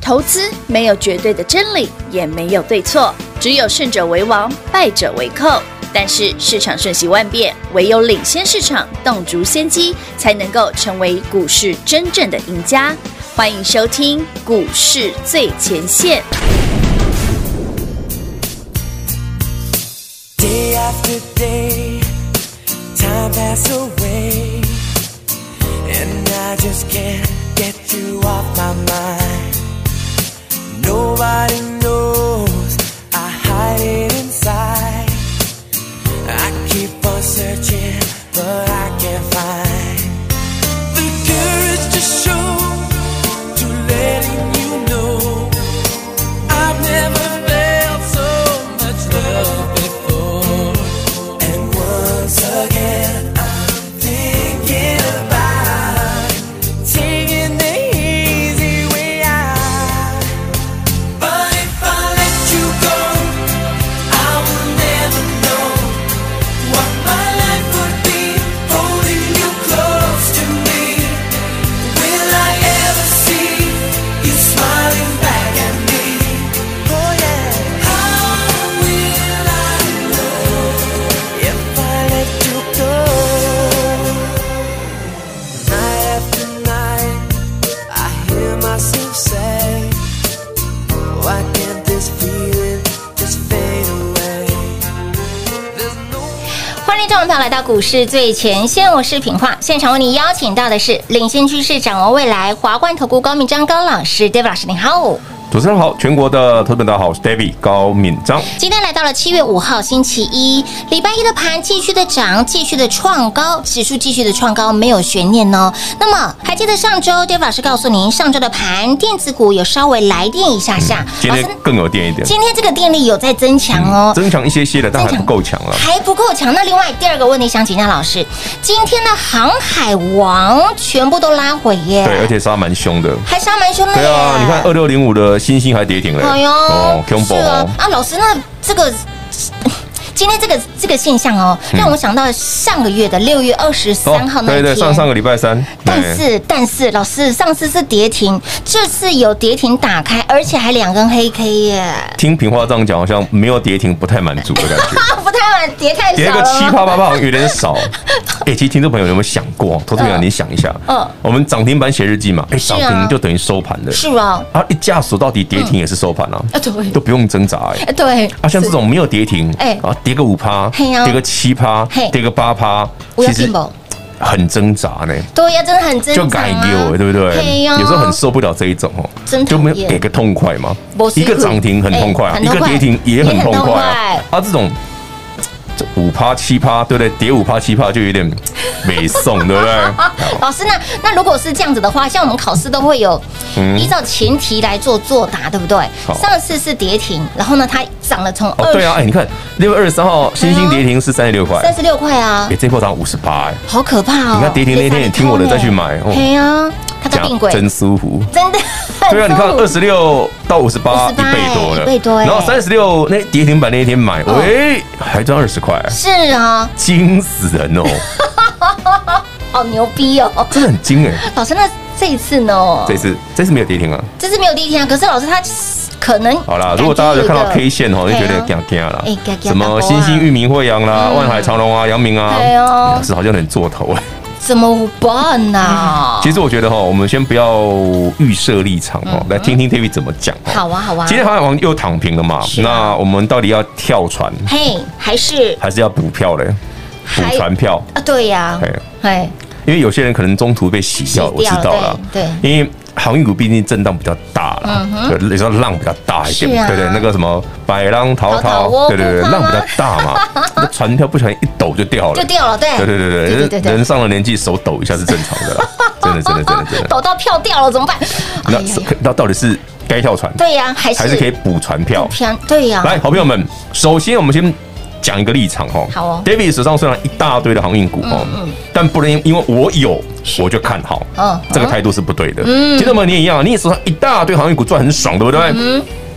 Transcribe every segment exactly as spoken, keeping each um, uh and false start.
投资没有绝对的真理，也没有对错，只有胜者为王，败者为寇。但是市场瞬息万变，唯有领先市场，洞烛先机，才能够成为股市真正的赢家。欢迎收听股市最前线。 Day after day, time passes away, and I just can't get you off my mind. Nobody knows I hide it inside. I keep on searching, but I can't find the courage to show, to letting you know I've never felt so much love before. And once again I'm thinking about taking the easy way out. But if I let you go, I will never know what my life would be holding you close to me. Will I ever see you smiling back at me? Oh yeah. How will I know if I let you go? Night after night, I hear myself say, why can't this feeling just fade away? There's no 欢迎众朋友来到股市最前线，我是品化，现场为你邀请到的是领先趋势、掌握未来华冠投顾高敏章高老师 ，David 老师，你好。 主持人好，全国的投资者大家好，我是 David 高敏章。 今天来到了七月五号星期一，礼拜一的盘继续的涨，继续的创高，指数继续的创高，没有悬念哦。那么还记得上周 David 老师告诉您，上周的盘电子股有稍微来电一下下， 今天更有电一点， 今天这个电力有在增强哦， 增强一些些的，但还不够强了， 还不够强。那另外第二个问题想请教老师，今天的航海王全部都拉回耶， 对，而且杀蛮凶的， 还杀蛮凶的耶。 对啊，你看二六零五的星星还跌停了， 哎呦， 哦，恐怖哦啊！老师，那这个今天这个这个现象哦，让我想到上个月的六月二十三号那一天， 对对，上上个礼拜三。 但是但是，老师上次是跌停，这次有跌停打开，而且还两根黑 K 耶。 听平花这样讲，好像没有跌停不太满足的感觉， 不太满，跌太少了， 跌个七八八八好像有点少。哎，其实听众朋友有没有想过，投资朋友你想一下，嗯，我们涨停板写日记嘛，哎，涨停就等于收盘的， 是啊， 啊，一价锁到底跌停也是收盘啊， 对， 都不用挣扎哎， 对， 啊，像这种没有跌停，哎，啊，跌个五趴，跌个七趴，跌个八趴，其实很挣扎呢。 对呀，真的很挣扎， 就改丢，对不对？有时候很受不了这一种哦，就没有给个痛快嘛。一个涨停很痛快，一个跌停也很痛快啊。啊，这种五趴七趴，对不对？跌五趴七趴就有点没送，对不对？ 老师，那那如果是这样子的话，像我们考试都会有依照前提来做作答，对不对？上次是跌停，然后呢，它涨了从哦，对啊，哎，你看六月二十三号星星跌停是三十六块， 三十六块啊， 哎，这波涨五十八，哎， 好可怕哦！ 你看跌停那天，你听我的再去买， 对啊，它在并轨， 真舒服， 真的。 对啊，你看二十六到五十八，一倍多了， 一倍多。 然后三十六那跌停板那一天买，喂，还赚二十块， 是啊， 惊死人哦！ 好牛逼哦， 真的很惊哎。 老师，那这一次呢？ 这次这次没有跌停啊， 这次没有跌停啊。可是老师他可能好啦，如果大家有看到 K 线哦，就觉得惊惊啦，什么新兴、裕民、惠阳啦、万海、长荣啊、阳明啊，老师好像很做头哎。 怎么办呢？ 其实我觉得哈，我们先不要预设立场哦，来听听 David 怎么讲。 好啊，好啊。 今天航海王又躺平了嘛，那我们到底要跳船？ 嘿，还是还是要补票嘞？补船票啊？对呀， 哎，因为有些人可能中途被洗掉，我知道了。对，因为航运股毕竟震荡比较大了，对，有时候浪比较大一点，对对，那个什么百浪滔滔，对对对，浪比较大嘛，那船票不小心一抖就掉了， 就掉了，对对对对对，人上了年纪手抖一下是正常的啦，真的真的真的真的， 抖到票掉了怎么办？ 那那到底是该跳船？ 对呀，还是还是可以补船票？ 对呀， 来，好朋友们，首先我们先讲一个立场哈。 好哦 ，David 手上虽然一大堆的航运股哦，但不能因为我有我就看好，嗯，这个态度是不对的。嗯，其实我们你也一样，你手上一大堆航运股赚很爽，对不对？嗯，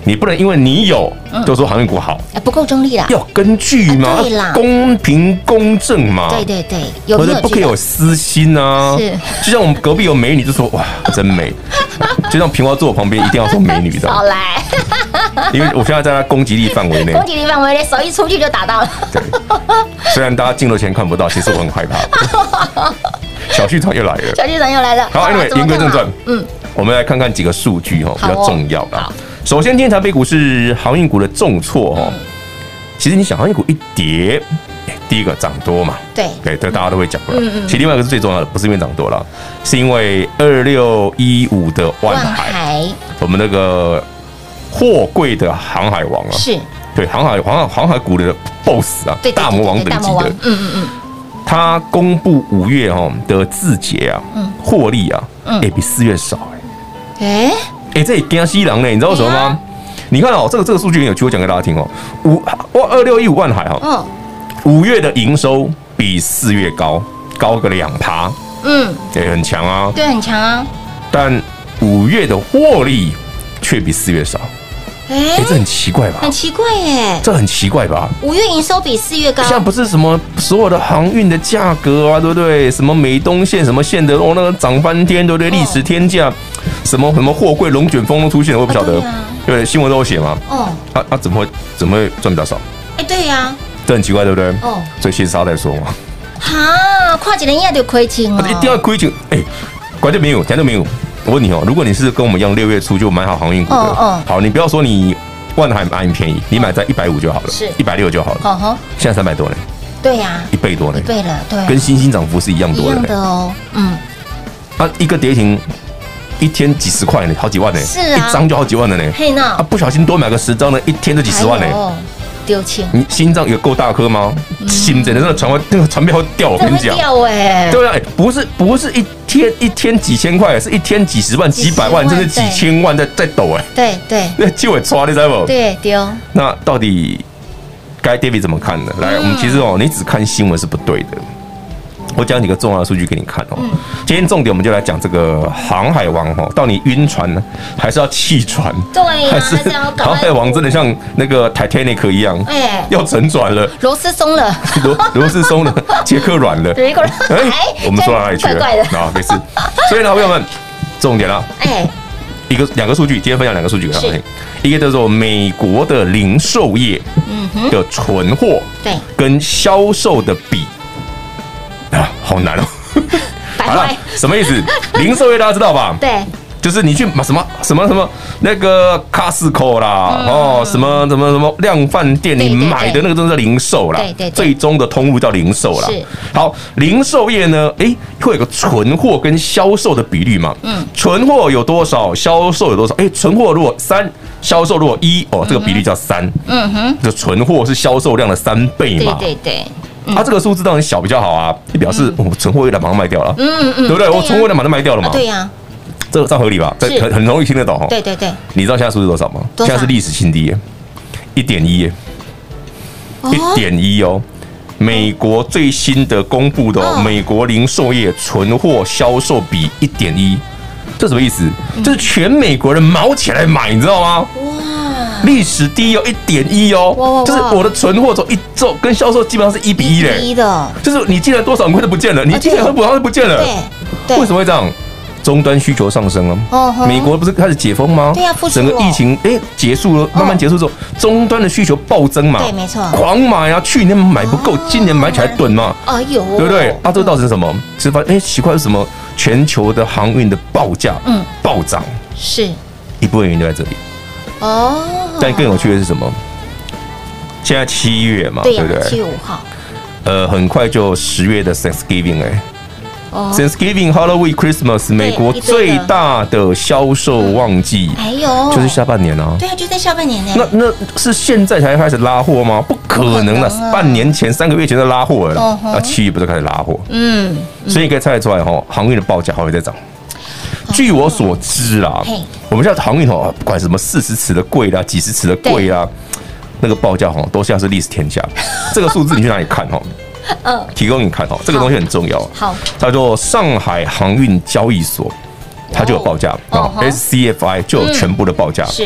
你不能因为你有就说航运股好， 不够中立啦， 要根据嘛， 对啦， 公平公正嘛， 对对对，有没有不可以有私心啊？ 是， 就像我们隔壁有美女，就说哇真美，就像平花坐我旁边一定要说美女的， 少来， 因为我现在在他攻击力范围内， 攻击力范围内，手一出去就打到了。 对，虽然大家镜头前看不到，其实我很害怕。小剧场又来了， 小剧场又来了。 好 ，Anyway， 言归正传，嗯，我们来看看几个数据哈，比较重要的。首先，今天台北股市航运股的重挫哈，其实你想航运股一跌，第一个涨多嘛， 对， 对，这大家都会讲了。嗯嗯。其实另外一个是最重要的，不是因为涨多了，是因为二六一五的万海，我们那个货柜的航海王啊， 是， 对，航海航海航海股的 boss 啊，大魔王等级的，嗯嗯嗯。他公布五月哈的自结啊，获利啊，哎比四月少哎，哎哎这也惊死人呢，你知道为什么吗？你看哦，这个这个数据很有趣，我讲给大家听哦。五哇二六一五万海哈，五月的营收比四月高高个两趴，嗯，也很强啊， 对，很强啊。 但五月的获利却比四月少。哎、欸，这很奇怪吧？ 很奇怪耶， 这很奇怪吧？ 五月营收比四月高， 现在不是什么所有的航运的价格啊，对不对？什么美东线什么线的哦，那个涨翻天，对不对？历史天价，什么什么货柜龙卷风都出现了，我不晓得，哦对, 啊、对，新闻都有写嘛。哦，啊啊，怎么会怎么会赚比较少？ 哎、欸，对呀、啊， 这很奇怪，对不对？哦，所以先杀再说嘛。 哈，跨几年一就亏钱哦， 一定要亏钱，哎、欸，关键没有，讲都没有。我问你哦，如果你是跟我们一样六月初就买好航运股的，哦哦、好，你不要说你万海买很便宜，你买在一百五就好了，是一百六就好了。哦吼，现在三百多呢。 对呀、啊， 一倍多呢， 一倍了，对， 跟新兴涨幅是一样多的。一样的哦，嗯。 啊，一个跌停，一天几十块呢，好几万呢， 是啊， 一张就好几万了呢。 嘿呐， 啊，不小心多买个十张呢，一天就几十万呢。 丢钱！ 你心脏有够大颗吗？心真的那个船会那个船票会掉，我跟你讲。 掉哎！ 对啊，不是不是一天一天几千块，是一天几十万、几百万，甚至几千万在在抖哎。 对对， 那就会抓，你知道不？ 对丢。 那到底该 David 怎么看呢？来，我们其实哦，你只看新闻是不对的。我讲几个重要的数据给你看哦。今天重点我们就来讲这个航海王哈，到底晕船呢，还是要弃船？ 对呀， 还是航海王真的像那个 Titanic 一样，哎，要沉船了， 螺丝松了， 螺螺丝松了，杰克软了， 杰克软。哎， 我们说到哪里去了？啊，没事。所以呢，朋友们，重点了，哎，一个两个数据，今天分享两个数据给大家听。一个叫做美国的零售业的存货对跟销售的比。啊，好难哦！好了，什么意思？零售业大家知道吧？对，就是你去买什么什么什么那个 Costco 啦，哦，什么什么什么量贩店，你买的那个都是零售啦。对对，最终的通路叫零售啦。是。好，零售业呢，哎，会有个存货跟销售的比率嘛？嗯。存货有多少？销售有多少？哎，存货如果三，销售如果一，哦，这个比率叫三。嗯哼。这存货是销售量的三倍嘛？对对对。啊，这个数字当然小比较好啊，就表示我存货量马上卖掉了，嗯嗯，对不对？我存货量马上卖掉了嘛，对呀，这个这样合理吧？这很很容易听得懂哈。对对对，你知道现在数字多少吗？现在是历史新低，一点一，一点一哦。美国最新的公布的哦，美国零售业存货销售比一点一，这什么意思？就是全美国人毛起来买，你知道吗？历史低哦，一点一哦，就是我的存货从一周跟销售基本上是一比一嘞，一的，就是你进来多少，很快就不见了，你进来很补，它就不见了。对，为什么会这样？终端需求上升啊，美国不是开始解封吗？对呀，整个疫情哎结束了，慢慢结束之后，终端的需求暴增嘛，对，没错，狂买啊，去年买不够，今年买起来囤嘛，哎呦，对不对？啊，这个造成什么？是发现哎，奇怪是什么？全球的航运的报价嗯暴涨，是一部分原因都在这里。哦，但更有趣的是什么？现在七月嘛，对不对？七月五号，呃，很快就十月的 Thanksgiving 哎、欸哦、，Thanksgiving、Halloween、Christmas， 美国最大的销售旺季，还有就是下半年啊。对啊，就在下半年呢。那那是现在才开始拉货吗？不可能了，啊、半年前、三个月前就拉货了。哦、那七月不是开始拉货？嗯，所以你可以猜得出来哈，航运的报价还会再涨。据我所知啦，我们现在航运哦，不管什么四十尺的柜啦、几十尺的柜啦，那个报价哈都像是历史天价。这个数字你去哪里看哈？嗯，提供你看哈，这个东西很重要。好，叫做上海航运交易所，它就有报价啊 ，S C F I 就有全部的报价。是，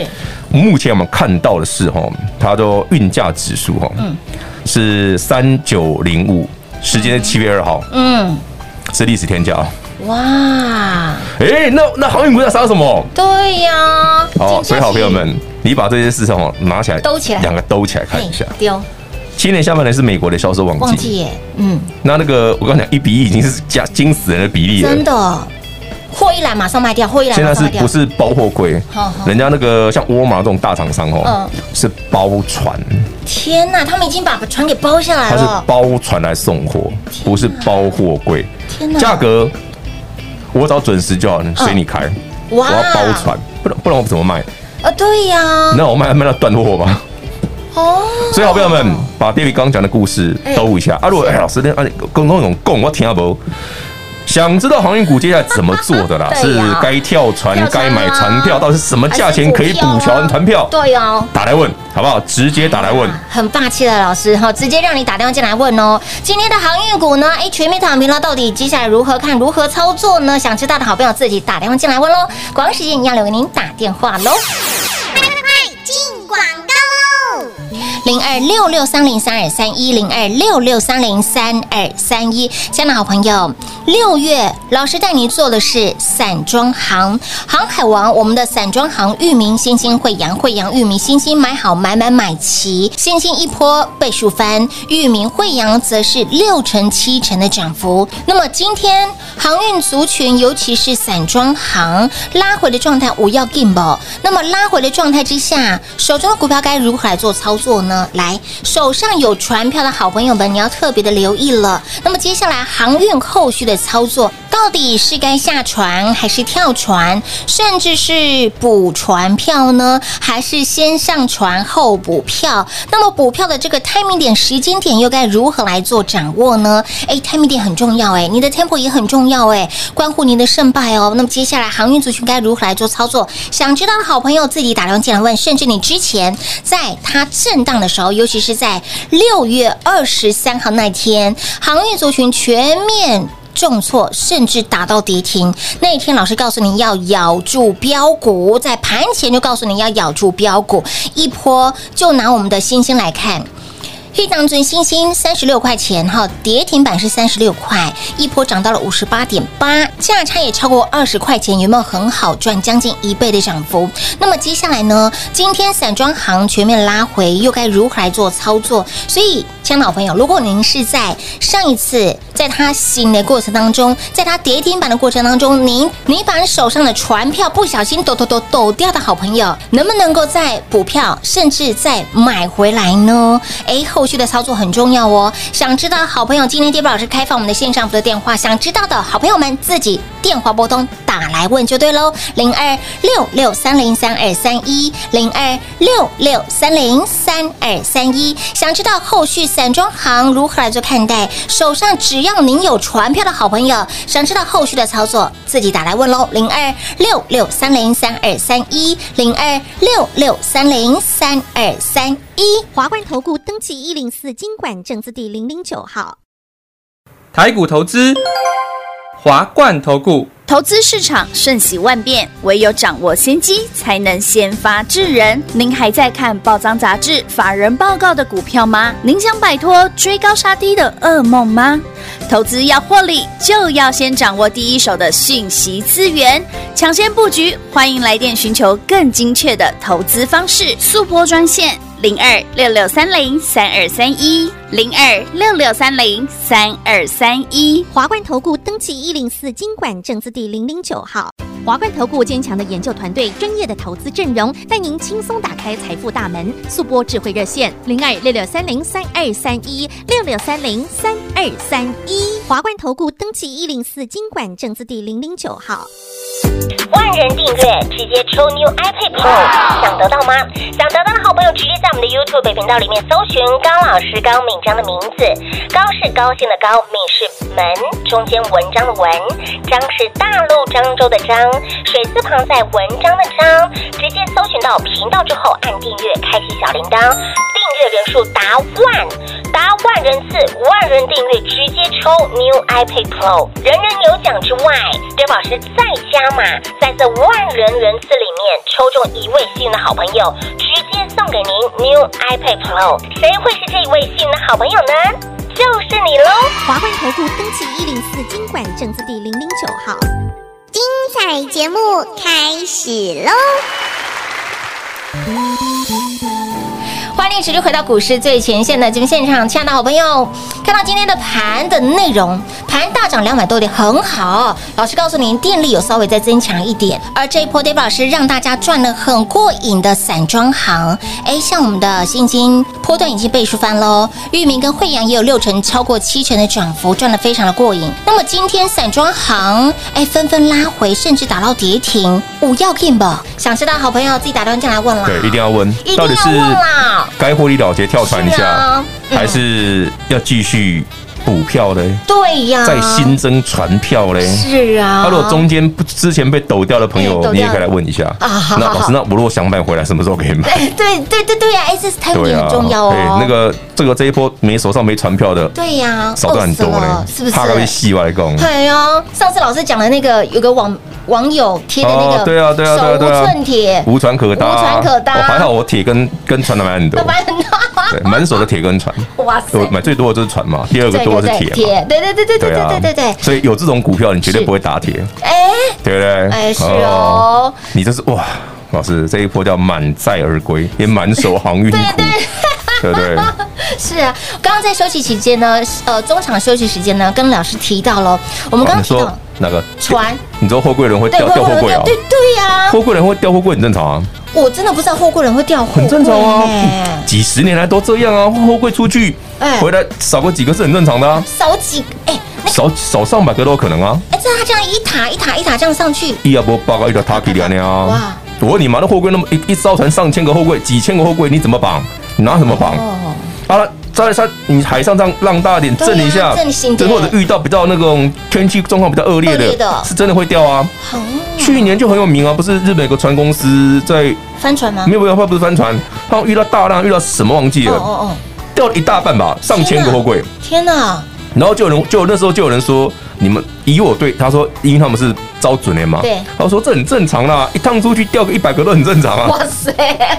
目前我们看到的是哈，它的运价指数哈，嗯，是三九零五，时间是七月二号，嗯，是历史天价。哇，哎、欸，那那航运股在杀什么？ 对呀、啊， 哦，所以好朋友们，你把这些事情哦拿起来， 兜起来， 两个兜起来看一下。 丢。 今年下半年是美国的销售旺季， 旺季耶，嗯， 那那个我刚讲一比一已经是加惊死人的比例了， 真的，货一来马上卖掉，货一来现在是不是包货柜？人家那个像沃尔玛这种大厂商哦，嗯，是包船。 天哪，他们已经把船给包下来了， 它是包船来送货，不是包货柜。 天哪， 价格我只要准时就好，随你开。我要包船，不然不然我怎么卖？ 啊，对呀， 那我卖卖到断货吧。哦，所以好朋友们，把 David 刚刚讲的故事兜一下啊！如果哎老师那啊，跟那种供我听不，想知道航运股接下来怎么做的啦？是该跳船、该买船票，到底是什么价钱可以补船船票？ 对哦， 打来问好不好？直接打来问， 很霸气的老师哈，直接让你打电话进来问哦。今天的航运股呢，哎，全面躺平了，到底接下来如何看、如何操作呢？想知道的好朋友自己打电话进来问喽。广告时间一样留给您打电话喽。零二六六三零三二三一零二六六三零三二三一，亲爱的好朋友，六月老师带你做的是散装行航海王，我们的散装行裕民、新兴、惠阳、惠阳、裕民、新兴买好买买买齐，新兴一波倍数翻，裕民、惠阳则是六成七成的涨幅。那么今天航运族群，尤其是散装行拉回的状态，我要 gimbal。那么拉回的状态之下，手中的股票该如何来做操作呢？来，手上有船票的好朋友们，你要特别的留意了。那么接下来航运后续的操作，到底是该下船还是跳船，甚至是补船票呢？还是先上船后补票？那么补票的这个 timing 点、时间点又该如何来做掌握呢？哎 ，timing 点很重要哎，你的 tempo 也很重要哎，关乎你的胜败哦。那么接下来航运族群该如何来做操作？想知道的好朋友自己打电话进来问，甚至你之前在它震荡的时候，尤其是在六月二十三号那天，航运族群全面重挫，甚至打到跌停。那一天，老师告诉你要咬住标股，在盘前就告诉你要咬住标股，一波就拿我们的星星来看。一档准星星三十六块钱哈，跌停板是三十六块，一波涨到了五十八点八，价差也超过二十块钱，有没有很好赚？将近一倍的涨幅。那么接下来呢？今天散装行全面拉回，又该如何来做操作？所以，亲爱的好朋友，如果您是在上一次在它醒的过程当中，在它跌停板的过程当中，您你把你手上的船票不小心抖抖抖抖掉的好朋友，能不能够再补票，甚至再买回来呢？哎，后续的操作很重要哦。想知道的好朋友，今天David老师开放我们的线上服的电话，想知道的好朋友们自己电话拨通打来问就对喽，零二六六三零三二三一，零二六六三零三二三一。想知道后续散装行如何来做看待？手上只要您有船票的好朋友，想知道后续的操作，自己打来问喽，零二六六三零三二三一，零二六六三零三二三一。 华冠投顾登记一零四金管证字第零零九号。 台股投资，华冠投顾。 投资市场瞬息万变，唯有掌握先机，才能先发制人。您还在看报章杂志、法人报告的股票吗？您想摆脱追高杀低的噩梦吗？投资要获利，就要先掌握第一手的讯息资源，抢先布局。欢迎来电寻求更精确的投资方式，速拨专线零二六六三零三二三一，零二六六三零三二三一。 华冠投顾登记一零四金管证字第零零九号。华冠投顾坚强的研究团队，专业的投资阵容，带您轻松打开财富大门。速拨智慧热线零二六六三零三二三一，六六三零三二三一。华冠投顾登记一零四金管证字第零零九号。 万人订阅，直接抽 New iPad Pro， 想得到吗？想得到的好朋友，直接在我们的 YouTube 频道里面搜寻高老师高敏章的名字，高是高兴的高，敏是门，中间文章的文，章是大陆漳州的漳，水字旁在文章的章，直接搜寻到频道之后按订阅，开启小铃铛，订阅阅人数达万，达万人次，万人订阅，直接抽 New iPad Pro， 人人有奖之外，Dave老师再加码，在这万人人次里面抽中一位幸运的好朋友，直接送给您 New iPad Pro。谁会是这一位幸运的好朋友呢？就是你喽！ 华冠投顾登记一零四金管证字第零零九号。 精彩节目开始喽！ 欢迎持续回到股市最前线的节目现场，亲爱的好朋友，看到今天的盘的内容，盘大涨两百多点，很好。老师告诉您，电力有稍微再增强一点，而这一波 Dave 老师让大家赚了很过瘾的散装行，哎，像我们的新金波段已经倍数翻喽，裕民跟慧洋也有六成超过七成的涨幅，赚得非常的过瘾。那么今天散装行，哎，纷纷拉回，甚至打到跌停，五要 game 吧？想知道好朋友自己打电话进来问啦， 对，一定要问， 一定要问啦。 该获利了结跳船一下，啊嗯、还是要继续补票嘞？ 对呀， 再新增船票嘞？ 是啊。 他如果中间不之前被抖掉的朋友，你也可以来问一下啊。那老师，那我如果想买回来，什么时候可以买？ 对对对对呀，哎，这台股很重要哦。 那个这个这一波没手上没船票的， 对呀， 少赚很多嘞， 是不是？ 怕被戏外讲。 对呀，上次老师讲的那个有个网。网友贴的那个， 对啊，对啊，对啊， 手无寸铁， 无船可搭， 无船可搭。 还好我铁跟跟船的买很多， 买很多， 对，满手的铁跟船。哇塞，我买最多的就是船嘛，第二个多的是铁， 铁，对对对对对对对对。 所以有这种股票，你绝对不会打铁，哎，对不对？ 哎，是哦， 你这是哇，老师这一波叫满载而归，也满手航运股。对不对？ 是啊，刚刚在休息期间呢，呃，中场休息时间呢，跟老师提到了，我们刚刚提到那个船， 你知道货柜人会掉掉货柜啊？ 对对呀， 货柜人会掉货柜很正常啊。 我真的不知道货柜人会掉货柜， 很正常啊，几十年来都这样啊，货柜出去回来少个几个是很正常的啊， 少几哎， 少少上百个都有可能啊。 哎，这他这样一塔一塔一塔这样上去， 一要不八个一条塔起来啊。哇！我问你嘛，那货柜那么一一艘船上千个货柜，几千个货柜，你怎么绑？你拿什么绑？啊，在山你海上这样浪大点震一下，震或者遇到比较那种天气状况比较恶劣的，是真的会掉啊。去年就很有名啊，不是日本有个船公司在翻船吗？ 没有没有，不是翻船，他们遇到大浪，遇到什么忘记了？哦哦哦，掉了一大半吧，上千个货柜。 天哪！ 然后就有人就那时候就有人说，你们以我对他说，因为他们是招准的嘛，对，他说这很正常啦，一趟出去掉个一百个都很正常啊。哇塞！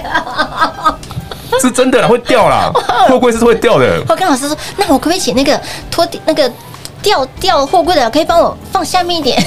是真的啦，会掉啦，货柜是会掉的。 我跟老师说，那我可不可以请那个拖那个掉掉货柜的，可以帮我放下面一点？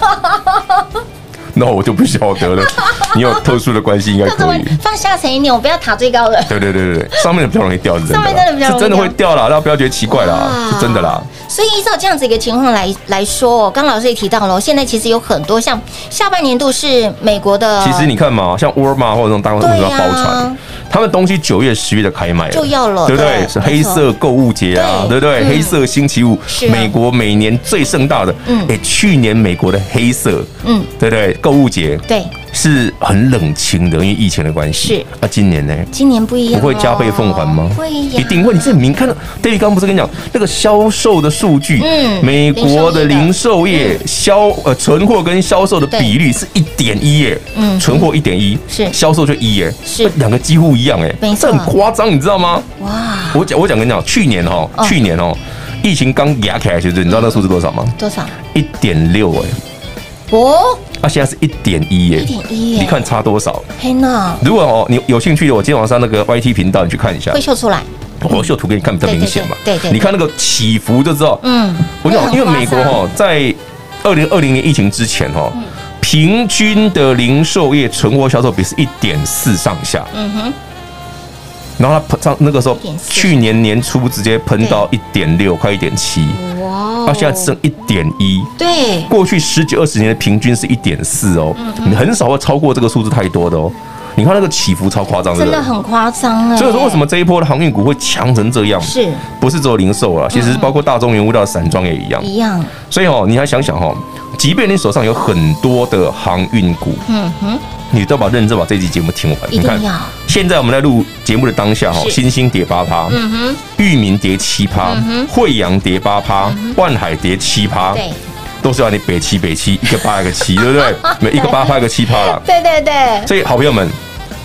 那我就不晓得了。你有特殊的关系，应该可以放下层一点，我不要塔最高的。 对对对对，上面的比较容易掉，是真的。 上面真的比较容易掉， 是真的会掉啦，大家不要觉得奇怪啦，是真的啦。 所以依照这样子一个情况来来说，刚老师也提到了，现在其实有很多像下半年度是美国的。 其实你看嘛，像沃尔玛或者这种大公司要包船，他们东西九月、十月的开卖就要了， 对不对？是黑色购物节啊，对不对？黑色星期五，美国每年最盛大的。嗯，哎，去年美国的黑色，嗯，对不对？购物节，对。是很冷清的，因为疫情的关系。是啊，今年呢？ 今年不一样， 不会加倍奉还吗？ 会呀， 一定会。你这明看到 ，David 刚不是跟你讲那个销售的数据？嗯，美国的零售业销呃存货跟销售的比率是一点一耶，嗯，存货一点一，是销售就一耶，是两个几乎一样哎，这很夸张，你知道吗？哇！我讲我讲跟你讲，去年哈，去年哦，疫情刚压起来，其实你知道那数字多少吗？ 多少？ 一点六哎。哦。那、啊、现在是一点一耶，一点一耶，你看差多少？嘿呐！如果哦你有兴趣的，我今天晚上那个 Y T 频道你去看一下， 会秀出来。 我秀图给你看比较明显嘛。 对 对, 对, 对, 对， 你看那个起伏就知道。嗯，我讲，因为美国哈在二零二零年疫情之前哈，嗯、平均的零售业存货销售比是一点四上下。嗯哼。然后它上那个时候，去年年初直接喷到一点六，快一点七。哇！它现在剩一点一。对。过去十几二十年的平均是一点四哦，你很少会超过这个数字太多的哦。你看那个起伏超夸张， 真的很夸张哎。 所以说为什么这一波的航运股会强成这样？是，不是只有零售啊？其实包括大宗原物料的散装也一样。一样。所以哦，你还想想哦，即便你手上有很多的航运股，嗯哼。你都把认真把这期节目听完。你看，现在我们在录节目的当下，哈，新兴跌八趴，嗯哼，裕民跌七趴，惠阳跌八趴，万海跌七趴，对，都是要你北七北七，一个八一个七，对不对？每一个八趴一个七趴啦。 对对对。 所以好朋友们，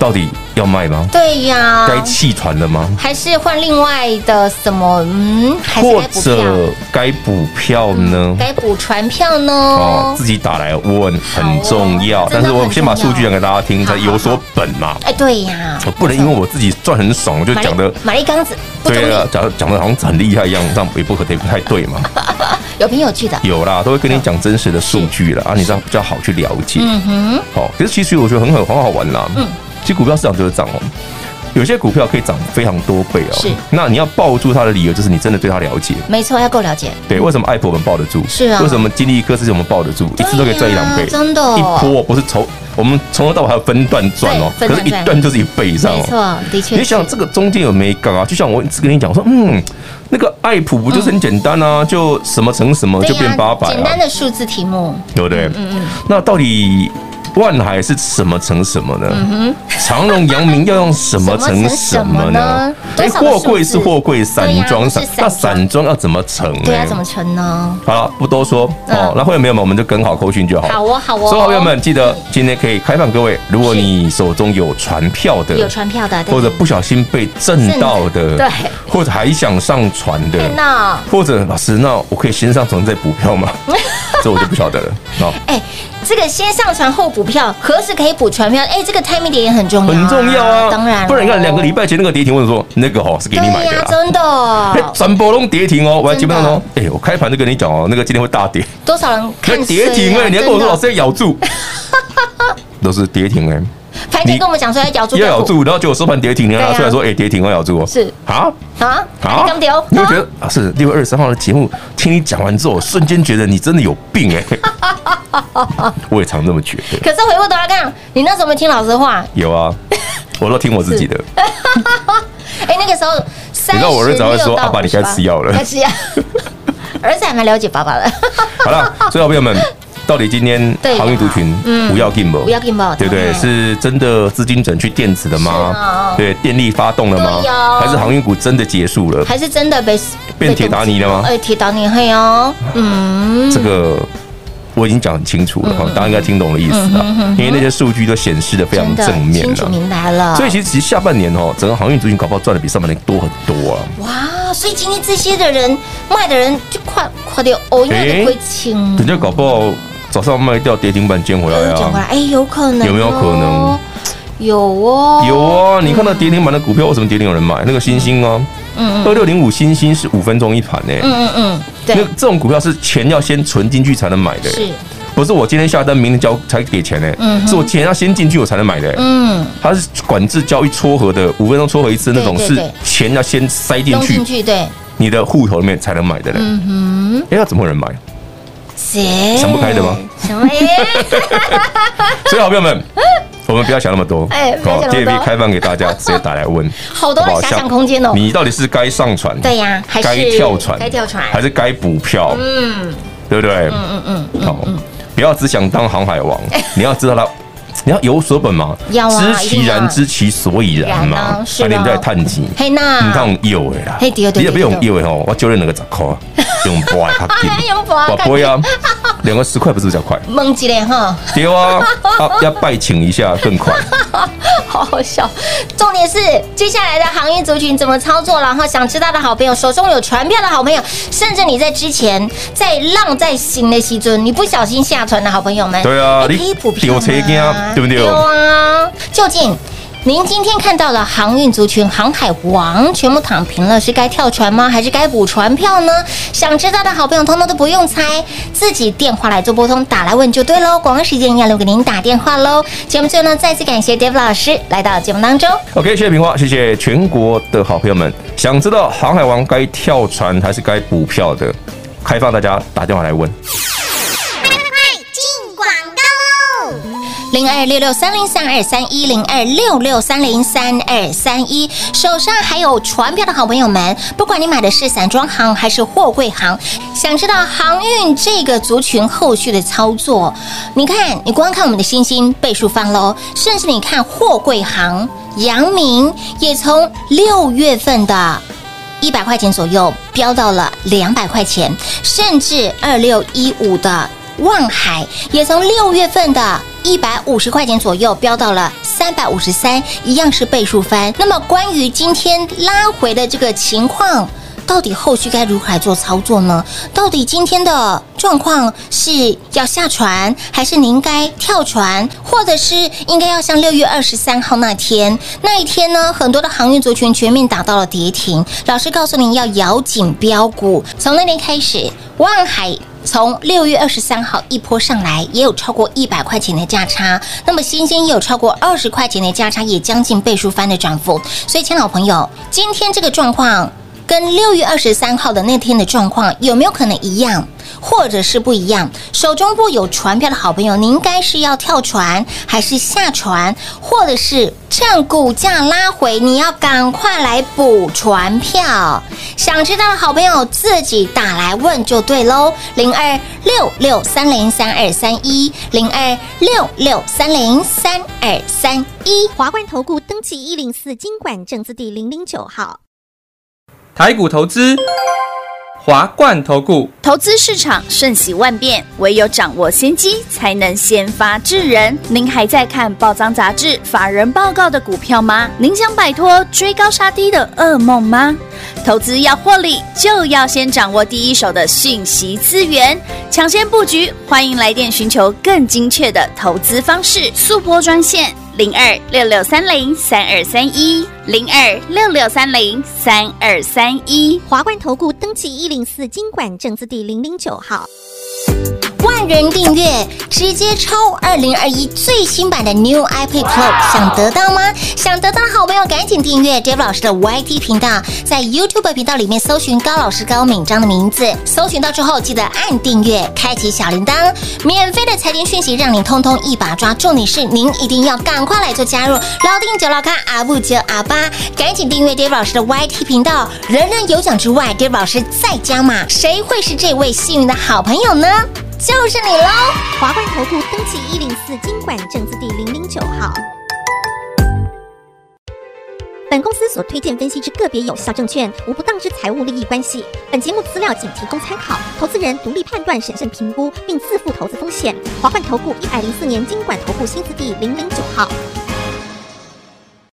到底要卖吗？ 对呀， 该弃团了吗？ 还是换另外的什么？嗯，还是或者该补票呢？ 该补传票呢？ 哦，自己打来问很重要，但是我先把数据讲给大家听，才有所本嘛。 哎，对呀， 我不能因为我自己赚很爽，我就讲的马力刚子， 对啊，讲讲的好像很厉害一样，这样也不可不太对嘛。 有凭有据的， 有啦，都会跟你讲真实的数据啦，啊，你这样比较好去了解。嗯哼，好，可是其实我觉得很好，很好玩啦。嗯，其实股票市场就是这样哦。有些股票可以涨非常多倍哦，是。那你要抱住它的理由就是你真的对它了解， 没错，要够了解。 对，为什么爱普我们抱得住？是啊。为什么金利科是我们抱得住？一次都可以赚一两倍， 真的。 一波不是从我们从头到尾还有分段赚哦，可是一段就是一倍以上哦。 没错，的确。 你想这个中间有没杠啊？就像我一直跟你讲说，嗯，那个爱普不就是很简单啊？就什么乘什么就变八百， 简单的数字题目， 对不对？嗯嗯。那到底？万海是什么乘什么呢？嗯、长荣、阳明要用什么乘什么呢？哎，货柜是货柜，散装散，那散装要怎么乘呢？ 对啊，怎么乘呢？ 好了，不多说哦。那会员朋友们，我们就跟好扣讯就好。 好哦，好哦。 所有朋友们，记得今天可以开放各位，如果你手中有传票的， 有传票的， 或者不小心被震到的，对，或者还想上传的，那或者老师，那我可以先上传再补票吗？这我就不晓得了。哦， 哎。这个先上传后补票，何时可以补传票？哎，这个 timing 点也很重要， 很重要啊！ 当然， 不然你看两个礼拜前那个跌停，我说那个哦是给你买的啦， 真的， 哎，全部都跌停哦！我还基本上说，哎，我开盘就跟你讲哦，那个今天会大跌， 多少人看跌停哎？你还跟我说老师要咬住，都是跌停哎。 盘前跟我们讲说要咬住， 要咬住，然后结果收盘跌停，你拿出来说，哎，跌停要咬住哦。是啊啊啊！刚丢， 你会觉得啊，是六月二十三号的节目，听你讲完之后，瞬间觉得你真的有病哎。我也常这么觉得。 可是回过头来看，你那时候没听老师的话？ 有啊，我都听我自己的。 哎，那个时候， 你知道我儿子会说：“阿爸，你该吃药了。” 该吃药。儿子还蛮了解爸爸的。 好了，所以好朋友们。到底今天航运族群不要进不？ 不要进不？ 对不对？是真的资金转去电子的吗？对，电力发动了吗？还是航运股真的结束了？ 还是真的被变铁达尼了吗？ 哎，铁达尼嘿哦，嗯， 这个我已经讲很清楚了，大家应该听懂了意思了，因为那些数据都显示的非常正面了， 清楚明白了。 所以其实其实下半年哦，整个航运族群搞不好赚的比上半年多很多啊！ 哇，所以今天这些的人卖的人就快快点哦，因为亏清， 人家搞不好。早上卖掉跌停板捡回来啊！ 捡回来，哎，有可能， 有没有可能？ 有哦， 有啊！你看到跌停板的股票，为什么跌停有人买？那个星星啊，嗯，二六零五星星是五分钟一盘呢。嗯嗯嗯，对，那这种股票是钱要先存进去才能买的，是，不是我今天下单，明天交才给钱呢？嗯，是我钱要先进去我才能买的。嗯，它是管制交易撮合的，五分钟撮合一次那种，是钱要先塞进去，对，你的户头里面才能买的嘞。嗯哼，哎，那怎么会有人买？ 谁想不开的吗？什么？所以好朋友们，我们不要想那么多。哎，好，今天可以开放给大家直接打来问， 好多的遐想空间哦。 你到底是该上传？ 对呀，还是该跳船？ 该跳船， 还是该补票？嗯，对不对？嗯嗯嗯。好，不要只想当航海王，你要知道它。你要有所本嘛， 要啊， 知其然，知其所以然嘛。是的，你在探基， 嘿那， 你看有的啦，你也不用有的吼，我就认那个十块，用八较紧，用八较紧啊，两个十块不是比较快？ 猛一点哈， 对啊，要拜请一下更快。 好好笑，重点是接下来的航运族群怎么操作，然后想知道的好朋友，手中有传票的好朋友，甚至你在之前在浪在行的时阵，你不小心下船的好朋友们， 对啊， 你可以补票吗？ 对不对？ 有啊，究竟您今天看到了航运族群航海王全部躺平了，是该跳船吗？还是该补船票呢？想知道的好朋友通通都不用猜，自己电话来做拨通，打来问就对喽。广告时间要留给您打电话喽。节目最后呢，再次感谢 David 老师来到节目当中。 OK， 谢谢平花，谢谢全国的好朋友们。想知道航海王该跳船还是该补票的，开放大家打电话来问。 零二六六三零三二三一零二六六三零三二三一，手上还有船票的好朋友们，不管你买的是散装行还是货柜行，想知道航运这个族群后续的操作，你看，你光看我们的星星倍数翻喽，甚至你看货柜行，阳明也从六月份的一百块钱左右飙到了两百块钱，甚至二六一五的万海也从六月份的一百五十块钱左右飙到了三百五十三，一样是倍数翻。那么关于今天拉回的这个情况，到底后续该如何来做操作呢？到底今天的状况是要下船，还是您该跳船，或者是应该要像六月二十三号那天那一天呢？很多的航运族群全面打到了跌停。老师告诉您要咬紧标股，从那天开始，万海从六月二十三号一波上来，也有超过一百块钱的价差。那么新鲜也有超过二十块钱的价差，也将近倍数翻的涨幅。所以，亲老朋友，今天这个状况跟六月二十三号的那天的状况有没有可能一样，或者是不一样？手中握有船票的好朋友，您应该是要跳船，还是下船，或者是趁股价拉回，你要赶快来补船票？想知道的好朋友自己打来问就对喽，零二六六三零三二三一，零二六六三零三二三一。 华冠投顾登记一零四金管证字第零零九号。 台股投资，华冠投顾。 投资市场瞬息万变，唯有掌握先机，才能先发制人。您还在看报章杂志、法人报告的股票吗？您想摆脱追高杀低的噩梦吗？投资要获利，就要先掌握第一手的讯息资源，抢先布局。欢迎来电寻求更精确的投资方式，速拨专线零二六六三零三二三一，零二六六三零三二三一。 华冠投顾登记一零四金管证字第零零九号。 万人订阅，直接抽二零二一最新版的 New iPad Pro， 想得到吗？想得到的好朋友赶紧订阅 Dave 老师的 Y T 频道，在 YouTube 频道里面搜寻高老师高敏章的名字，搜寻到之后记得按订阅，开启小铃铛，免费的财经讯息让您通通一把抓。重点是您一定要赶快来做加入，老定九老咖阿布九阿八，赶紧订阅 Dave 老师的 Y T 频道，人人有奖之外 ，Dave 老师再加码，谁会是这位幸运的好朋友呢？就是你喽！ 华冠投顾登记一零四金管证字第零零九号。本公司所推荐分析之个别有效证券，无不当之财务利益关系。本节目资料仅提供参考，投资人独立判断、审慎评估，并自负投资风险。华冠投顾一百零四年金管投顾新字第零零九号。